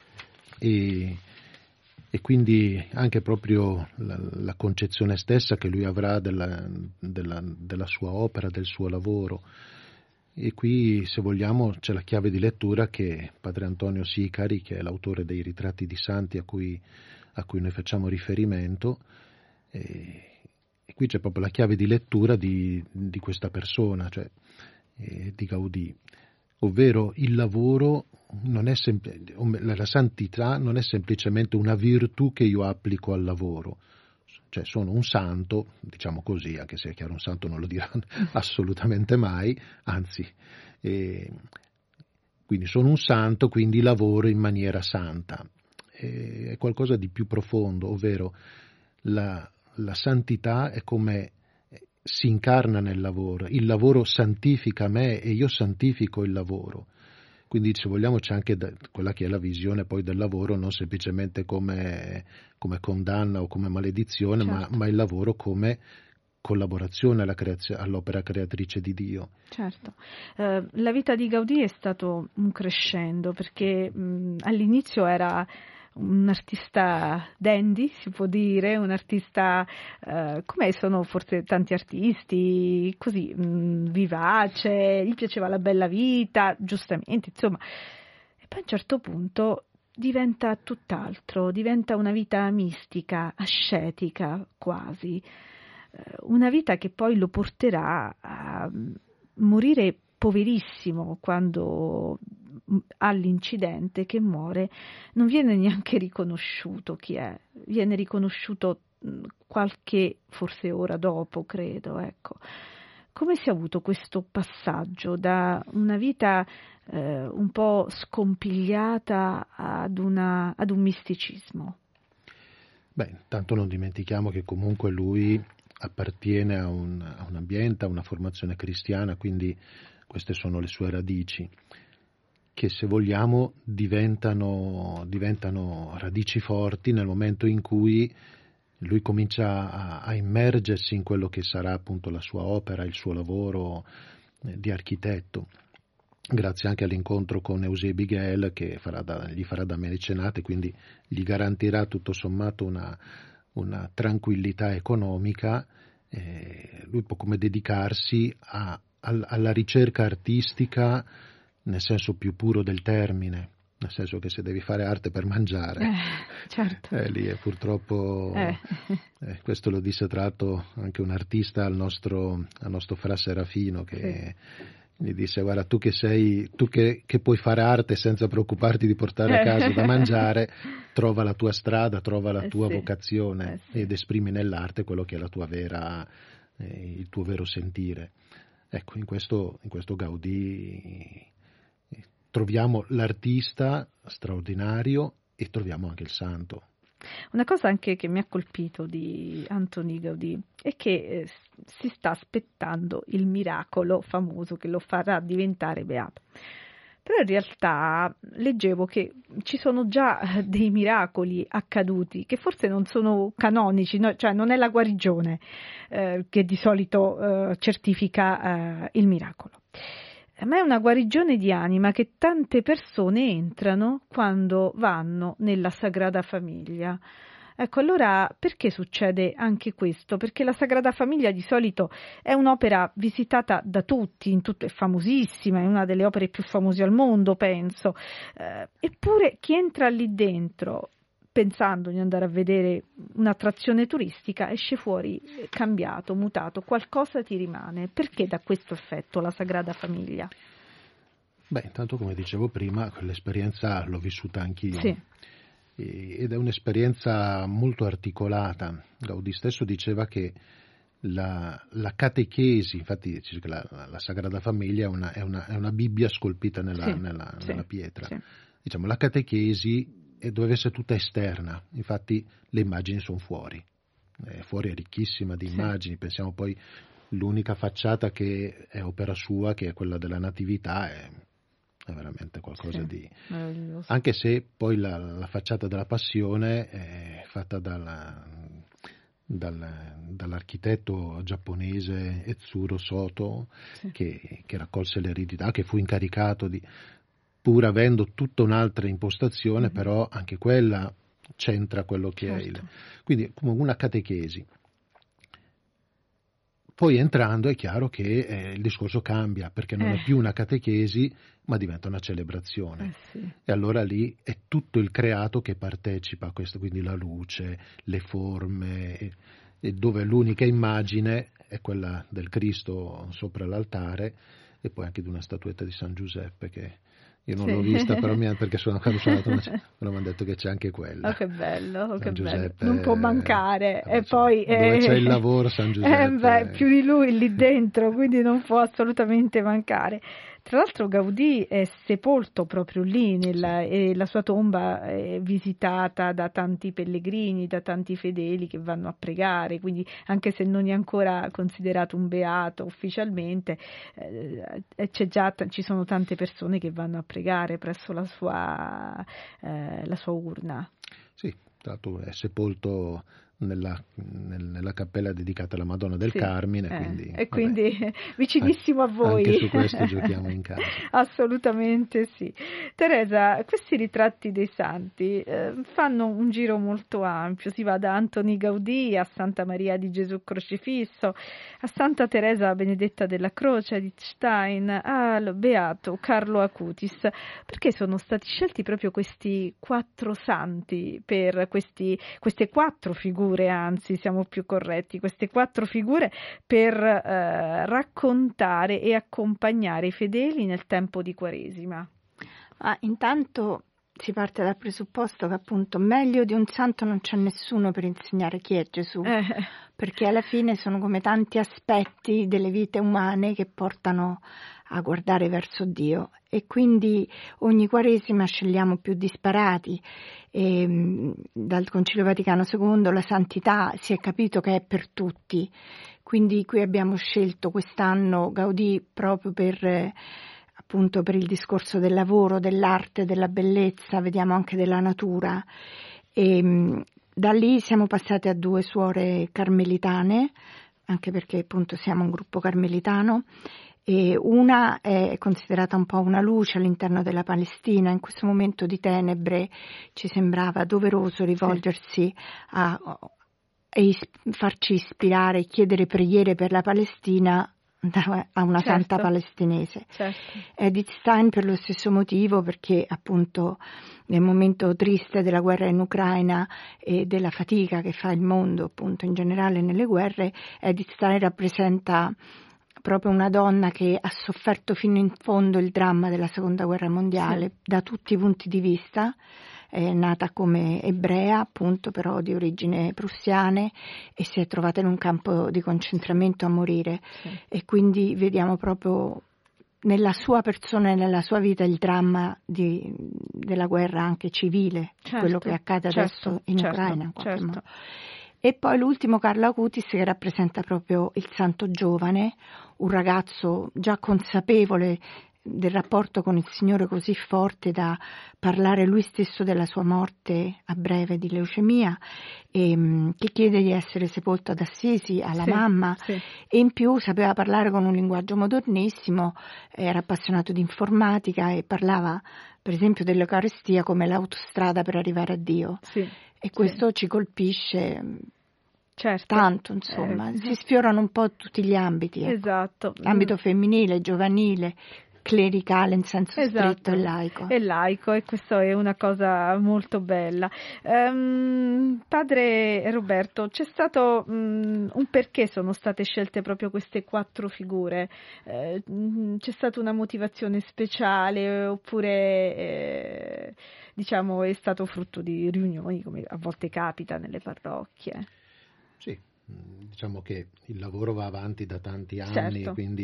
G: e quindi anche proprio la concezione stessa che lui avrà della sua opera, del suo lavoro. E qui, se vogliamo, c'è la chiave di lettura che Padre Antonio Sicari, che è l'autore dei ritratti di santi a cui noi facciamo riferimento, e qui c'è proprio la chiave di lettura di questa persona, cioè di Gaudì, ovvero il lavoro la santità non è semplicemente una virtù che io applico al lavoro, cioè sono un santo, diciamo così, anche se è chiaro un santo non lo dirà assolutamente mai, anzi, quindi sono un santo, quindi lavoro in maniera santa. È qualcosa di più profondo, ovvero la santità è come si incarna nel lavoro, il lavoro santifica me e io santifico il lavoro. Quindi, se vogliamo, c'è anche quella che è la visione poi del lavoro, non semplicemente come condanna o come maledizione, certo, ma il lavoro come collaborazione all'opera creatrice di Dio.
C: Certo. La vita di Gaudì è stato un crescendo, perché all'inizio era un artista dandy, si può dire, un artista come sono forse tanti artisti, così vivace, gli piaceva la bella vita, giustamente, insomma. E poi a un certo punto diventa tutt'altro, diventa una vita mistica, ascetica quasi, una vita che poi lo porterà a morire poverissimo quando all'incidente che muore. Non viene neanche riconosciuto chi è, viene riconosciuto forse ora dopo, credo, ecco. Come si è avuto questo passaggio da una vita un po' scompigliata ad un misticismo?
G: Beh, tanto non dimentichiamo che comunque lui appartiene a un ambiente, a una formazione cristiana, quindi queste sono le sue radici, che se vogliamo diventano radici forti nel momento in cui lui comincia a immergersi in quello che sarà appunto la sua opera, il suo lavoro di architetto, grazie anche all'incontro con Eusebio Biguel, che gli farà da mecenate, quindi gli garantirà tutto sommato una tranquillità economica. Lui può come dedicarsi alla ricerca artistica nel senso più puro del termine, nel senso che se devi fare arte per mangiare,
C: certo,
G: lì è purtroppo, questo lo disse tra l'altro anche un artista al nostro Fra Serafino, che gli disse: guarda, tu che puoi fare arte senza preoccuparti di portare a casa da mangiare, trova la tua strada, trova la tua vocazione ed esprimi nell'arte quello che è la tua il tuo vero sentire. Ecco, in questo Gaudì troviamo l'artista straordinario e troviamo anche il santo.
C: Una cosa anche che mi ha colpito di Antoni Gaudì è che si sta aspettando il miracolo famoso che lo farà diventare beato. Però in realtà leggevo che ci sono già dei miracoli accaduti che forse non sono canonici, no? Cioè non è la guarigione che di solito certifica il miracolo, ma è una guarigione di anima che tante persone entrano quando vanno nella Sagrada Famiglia. Ecco, allora perché succede anche questo? Perché la Sagrada Famiglia di solito è un'opera visitata da tutti, è famosissima, è una delle opere più famose al mondo, penso. Eppure chi entra lì dentro pensando di andare a vedere un'attrazione turistica esce fuori cambiato, mutato, qualcosa ti rimane. Perché dà questo effetto la Sagrada Famiglia?
G: Beh, intanto come dicevo prima, quell'esperienza l'ho vissuta anch'io. Sì. Ed è un'esperienza molto articolata. Gaudì stesso diceva che la catechesi, infatti dice che la Sagrada Famiglia è una Bibbia scolpita nella pietra. Sì. Diciamo, la catechesi doveva essere tutta esterna, infatti le immagini sono fuori. Fuori è ricchissima di immagini, pensiamo poi l'unica facciata che è opera sua, che è quella della Natività, è veramente qualcosa di... Anche se poi la facciata della Passione è fatta dall'architetto giapponese Etsuro Soto, che raccolse l'eredità, che fu incaricato pur avendo tutta un'altra impostazione, però anche quella c'entra quello che è quindi come una catechesi. Poi entrando è chiaro che il discorso cambia, perché non è più una catechesi, ma diventa una celebrazione. E allora lì è tutto il creato che partecipa a questo, quindi la luce, le forme, e dove l'unica immagine è quella del Cristo sopra l'altare, e poi anche di una statuetta di San Giuseppe che io non l'ho vista, però perché quando sono andato mi hanno detto che c'è anche quella.
C: Oh, che bello, che bello. Non può mancare. E poi
G: dove c'è il lavoro San Giuseppe.
C: Più di lui lì dentro, quindi non può assolutamente mancare. Tra l'altro Gaudì è sepolto proprio lì, e la sua tomba è visitata da tanti pellegrini, da tanti fedeli che vanno a pregare, quindi anche se non è ancora considerato un beato ufficialmente, ci sono tante persone che vanno a pregare presso la sua urna.
G: Sì, tra l'altro è sepolto nella cappella dedicata alla Madonna del Carmine,
C: quindi vicinissimo a voi.
G: Anche su questo giochiamo in casa.
C: Assolutamente sì. Teresa, questi ritratti dei santi fanno un giro molto ampio, si va da Antoni Gaudì a Santa Maria di Gesù Crocifisso, a Santa Teresa Benedetta della Croce di Stein, al beato Carlo Acutis. Perché sono stati scelti proprio questi 4 santi per queste 4 figure? Anzi, siamo più corretti, queste 4 figure per raccontare e accompagnare i fedeli nel tempo di Quaresima.
I: Intanto si parte dal presupposto che appunto meglio di un santo non c'è nessuno per insegnare chi è Gesù, perché alla fine sono come tanti aspetti delle vite umane che portano a guardare verso Dio, e quindi ogni Quaresima scegliamo più disparati. Dal Concilio Vaticano II la santità si è capito che è per tutti, quindi qui abbiamo scelto quest'anno Gaudì proprio per il discorso del lavoro, dell'arte, della bellezza, vediamo anche della natura, e da lì siamo passati a 2 suore carmelitane, anche perché appunto siamo un gruppo carmelitano, e una è considerata un po' una luce all'interno della Palestina. In questo momento di tenebre ci sembrava doveroso rivolgersi e farci ispirare, chiedere preghiere per la Palestina a una santa palestinese. Edith Stein per lo stesso motivo, perché appunto nel momento triste della guerra in Ucraina e della fatica che fa il mondo appunto in generale nelle guerre, Edith Stein rappresenta proprio una donna che ha sofferto fino in fondo il dramma della seconda guerra mondiale da tutti i punti di vista. È nata come ebrea, appunto, però di origini prussiane, e si è trovata in un campo di concentramento a morire. E quindi vediamo proprio nella sua persona e nella sua vita il dramma della guerra anche civile, quello che accade adesso in Ucraina in qualche modo. E poi l'ultimo, Carlo Acutis, che rappresenta proprio il santo giovane, un ragazzo già consapevole del rapporto con il Signore così forte da parlare lui stesso della sua morte a breve di leucemia, che chiede di essere sepolto ad Assisi alla mamma, e in più sapeva parlare con un linguaggio modernissimo, era appassionato di informatica e parlava per esempio dell'Eucaristia come l'autostrada per arrivare a Dio, e questo ci colpisce tanto, insomma, si sfiorano un po' tutti gli ambiti, ecco. L'ambito femminile, giovanile, clericale in senso stretto e laico,
C: e questo è una cosa molto bella. Padre Roberto, c'è stato un perché sono state scelte proprio queste 4 figure? C'è stata una motivazione speciale oppure diciamo è stato frutto di riunioni come a volte capita nelle parrocchie?
G: Sì, diciamo che il lavoro va avanti da tanti anni, quindi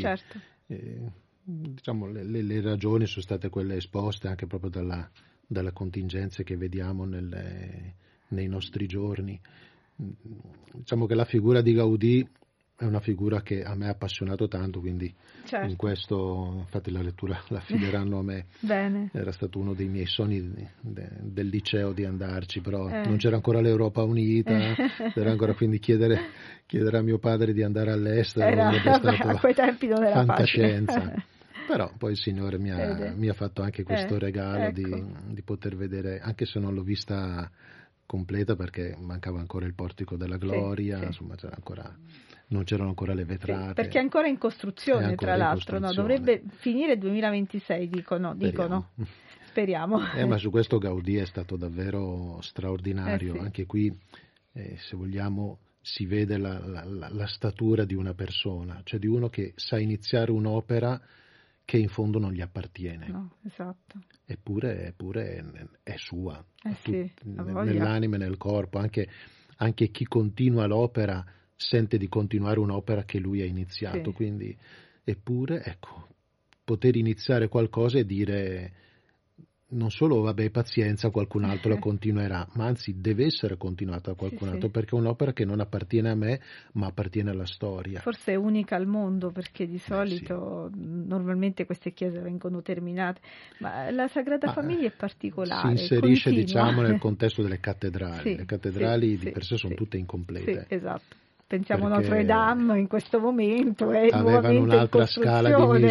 G: diciamo le ragioni sono state quelle esposte anche proprio dalla contingenza che vediamo nei nostri giorni. Diciamo che la figura di Gaudì è una figura che a me ha appassionato tanto, quindi in questo infatti la lettura la affideranno a me.
C: Bene.
G: Era stato uno dei miei sogni del liceo di andarci, però non c'era ancora l'Europa unita, era ancora, quindi chiedere a mio padre di andare all'estero
C: a quei tempi non era
G: fantascienza. Però poi il Signore mi ha fatto anche questo regalo di poter vedere, anche se non l'ho vista completa perché mancava ancora il Portico della Gloria, insomma non c'erano ancora le vetrate.
C: Perché è ancora in costruzione, tra l'altro, no? Dovrebbe finire il 2026, dicono. Speriamo.
G: Ma su questo Gaudì è stato davvero straordinario, anche qui se vogliamo si vede la statura di una persona, cioè di uno che sa iniziare un'opera che in fondo non gli appartiene.
C: No, esatto.
G: Eppure è sua, nell'anima e nel corpo. Anche chi continua l'opera sente di continuare un'opera che lui ha iniziato, quindi eppure ecco, poter iniziare qualcosa e dire non solo vabbè pazienza, qualcun altro la continuerà, ma anzi deve essere continuata da qualcun altro, perché è un'opera che non appartiene a me ma appartiene alla storia.
C: Forse è unica al mondo, perché di solito normalmente queste chiese vengono terminate, ma la Sagrada Famiglia è particolare,
G: si inserisce diciamo nel contesto delle cattedrali. Le cattedrali di per sé sono tutte incomplete.
C: Esatto. Pensiamo a Notre Dame in questo momento
G: avevano un'altra scala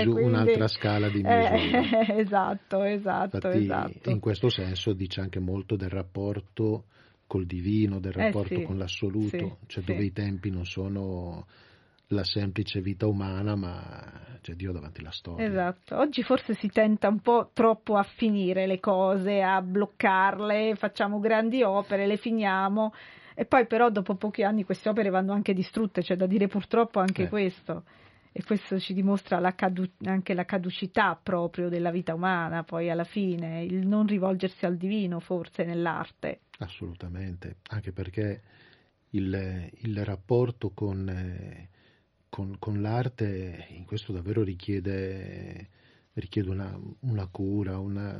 G: di misura.
C: Esatto.
G: Infatti, in questo senso dice anche molto del rapporto col divino, del rapporto con l'assoluto, dove i tempi non sono la semplice vita umana, ma c'è Dio davanti alla storia.
C: Esatto. Oggi forse si tenta un po' troppo a finire le cose, a bloccarle, facciamo grandi opere, le finiamo. E poi però dopo pochi anni queste opere vanno anche distrutte, c'è da dire purtroppo anche questo, e questo ci dimostra anche la caducità proprio della vita umana, poi alla fine, il non rivolgersi al divino forse nell'arte.
G: Assolutamente, anche perché il rapporto con l'arte in questo davvero richiede una cura,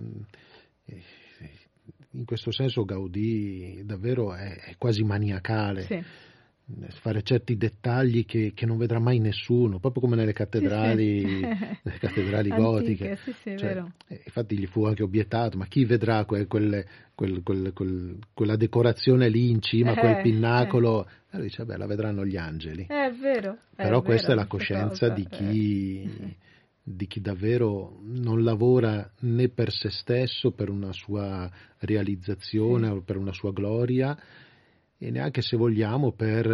G: in questo senso Gaudì davvero è quasi maniacale, fare certi dettagli che non vedrà mai nessuno, proprio come nelle cattedrali, le cattedrali gotiche.
C: È vero.
G: Infatti gli fu anche obiettato, ma chi vedrà quella decorazione lì in cima, quel pinnacolo? E lui dice, la vedranno gli angeli.
C: È vero.
G: Però questa è la coscienza di chi davvero non lavora né per se stesso, per una sua realizzazione o per una sua gloria, e neanche, se vogliamo, per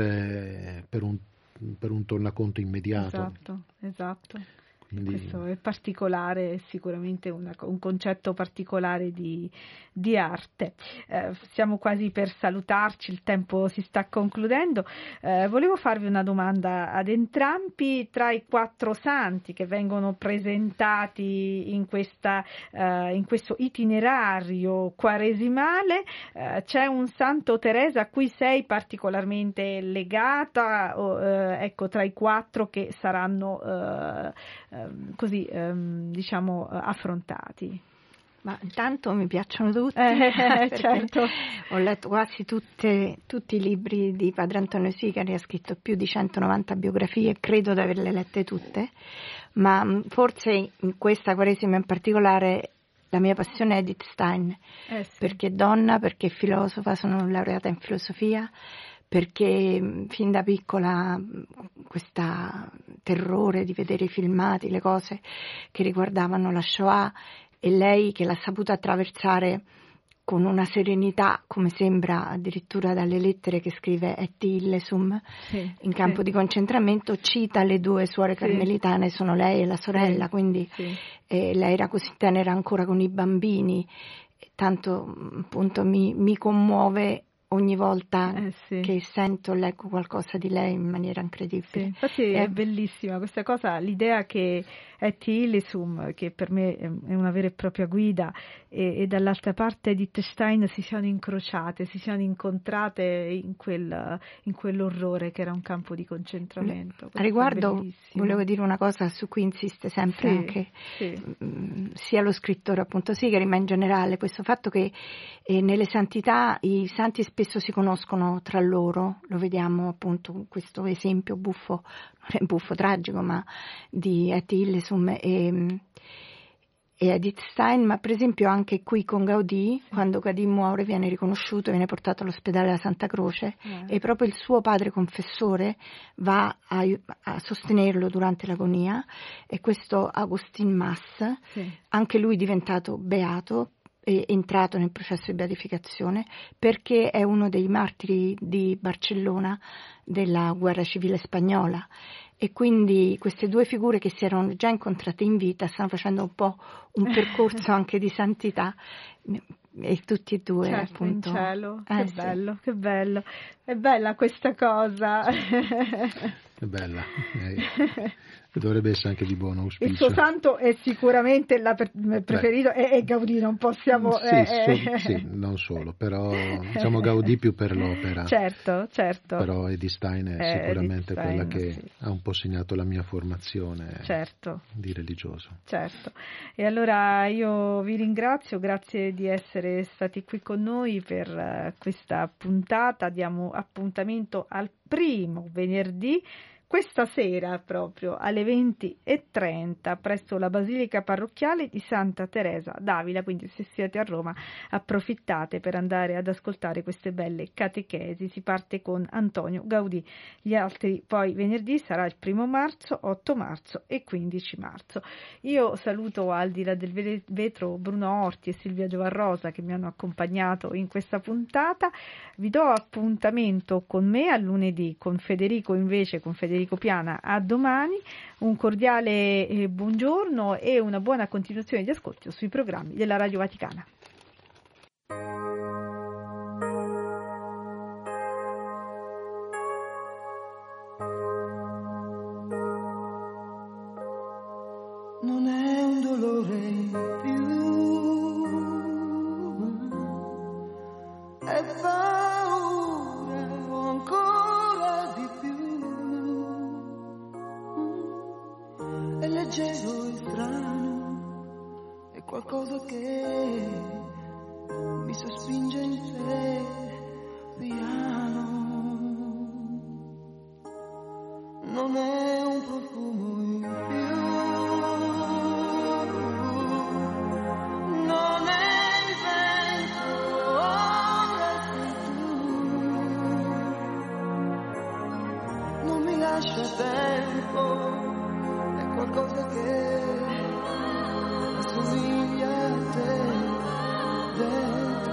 G: un tornaconto immediato.
C: Esatto.
G: Quindi...
C: Questo è particolare, è sicuramente un concetto particolare di arte. Siamo quasi per salutarci, il tempo si sta concludendo. Volevo farvi una domanda ad entrambi. Tra i 4 santi che vengono presentati in questo itinerario quaresimale, c'è un Santo Teresa a cui sei particolarmente legata, tra i 4 che saranno diciamo affrontati?
I: Ma intanto mi piacciono tutti,
C: certo.
I: Ho letto quasi tutti i libri di Padre Antonio Sicari, ha scritto più di 190 biografie, credo di averle lette tutte, ma forse in questa Quaresima in particolare la mia passione è Edith Stein, perché è donna, perché è filosofa, sono laureata in filosofia, perché fin da piccola questo terrore di vedere i filmati, le cose che riguardavano la Shoah, e lei che l'ha saputa attraversare con una serenità, come sembra addirittura dalle lettere che scrive Etty Hillesum in campo di concentramento, cita le 2 suore carmelitane, sono lei e la sorella, quindi lei era così tenera ancora con i bambini, tanto appunto mi commuove ogni volta che sento, leggo qualcosa di lei in maniera incredibile.
C: Infatti è bellissima questa cosa, l'idea che Etty Hillesum, che per me è una vera e propria guida, e dall'altra parte Edith Stein si siano incrociate, si siano incontrate in quell'orrore che era un campo di concentramento.
I: A riguardo volevo dire una cosa su cui insiste sempre anche sia lo scrittore appunto Sicari, ma in generale questo fatto che nelle santità i santi spesso si conoscono tra loro, lo vediamo appunto questo esempio buffo, non è buffo, tragico, ma di Etty Hillesum e Edith Stein, ma per esempio anche qui con Gaudì, quando Gaudì muore viene riconosciuto, viene portato all'ospedale della Santa Croce e proprio il suo padre confessore va a sostenerlo durante l'agonia, e questo Augustin Mass, anche lui diventato beato, è entrato nel processo di beatificazione perché è uno dei martiri di Barcellona della guerra civile spagnola, e quindi queste 2 figure che si erano già incontrate in vita stanno facendo un po' un percorso anche di santità, e tutti e 2 appunto
C: in cielo. Bello, che bello, è bella questa cosa.
G: È bella, dovrebbe essere anche di buon auspicio.
C: Il suo santo è sicuramente il preferito, è Gaudì, non possiamo...
G: Sì, non solo, però diciamo Gaudì più per l'opera.
C: Certo.
G: Però Edith Stein è sicuramente quella che ha un po' segnato la mia formazione di religioso.
C: Certo, e allora io vi ringrazio, grazie di essere stati qui con noi per questa puntata, diamo appuntamento al primo venerdì, questa sera proprio alle 20:30 presso la Basilica Parrocchiale di Santa Teresa d'Avila, quindi se siete a Roma approfittate per andare ad ascoltare queste belle catechesi. Si parte con Antonio Gaudì, gli altri poi venerdì sarà il 1 marzo, 8 marzo e 15 marzo. Io saluto al di là del vetro Bruno Orti e Silvia Giovarrosa che mi hanno accompagnato in questa puntata. Vi do appuntamento con me a lunedì, con Federico Piana a domani. Un cordiale buongiorno e una buona continuazione di ascolto sui programmi della Radio Vaticana.
J: Non è un dolore in più, è paura o ancora di più, è leggero e strano, è qualcosa che mi sospinge in te piano. Non è un profumo in più, non è il vento, ora sei tu, non mi lascia tempo, è qualcosa che assomiglia a te dentro.